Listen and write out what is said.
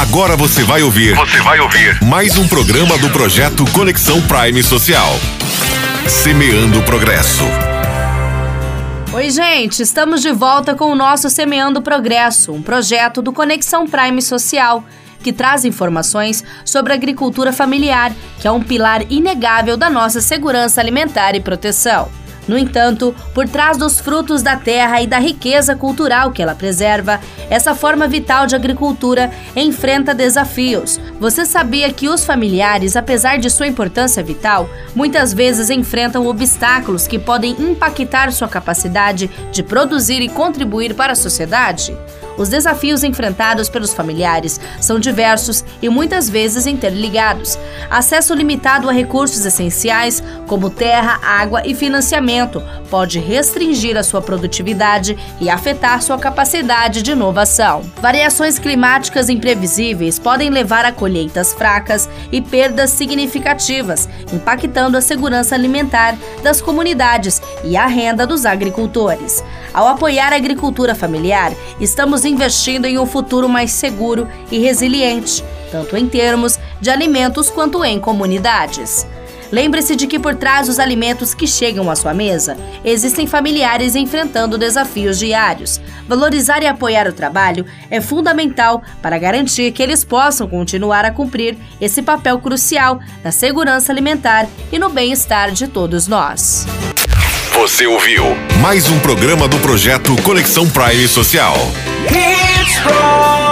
Agora você vai ouvir mais um programa do projeto Conexão Prime Social. Semeando o Progresso. Oi, gente, estamos de volta com o nosso Semeando o Progresso, um projeto do Conexão Prime Social, que traz informações sobre a agricultura familiar, que é um pilar inegável da nossa segurança alimentar e proteção. No entanto, por trás dos frutos da terra e da riqueza cultural que ela preserva, essa forma vital de agricultura enfrenta desafios. Você sabia que os familiares, apesar de sua importância vital, muitas vezes enfrentam obstáculos que podem impactar sua capacidade de produzir e contribuir para a sociedade? Os desafios enfrentados pelos familiares são diversos e muitas vezes interligados. Acesso limitado a recursos essenciais, como terra, água e financiamento, pode restringir a sua produtividade e afetar sua capacidade de inovação. Variações climáticas imprevisíveis podem levar a colheitas fracas e perdas significativas, impactando a segurança alimentar das comunidades e a renda dos agricultores. Ao apoiar a agricultura familiar, estamos investindo em um futuro mais seguro e resiliente, tanto em termos de alimentos quanto em comunidades. Lembre-se de que por trás dos alimentos que chegam à sua mesa, existem familiares enfrentando desafios diários. Valorizar e apoiar o trabalho é fundamental para garantir que eles possam continuar a cumprir esse papel crucial na segurança alimentar e no bem-estar de todos nós. Você ouviu mais um programa do projeto Conexão Prime Social. It's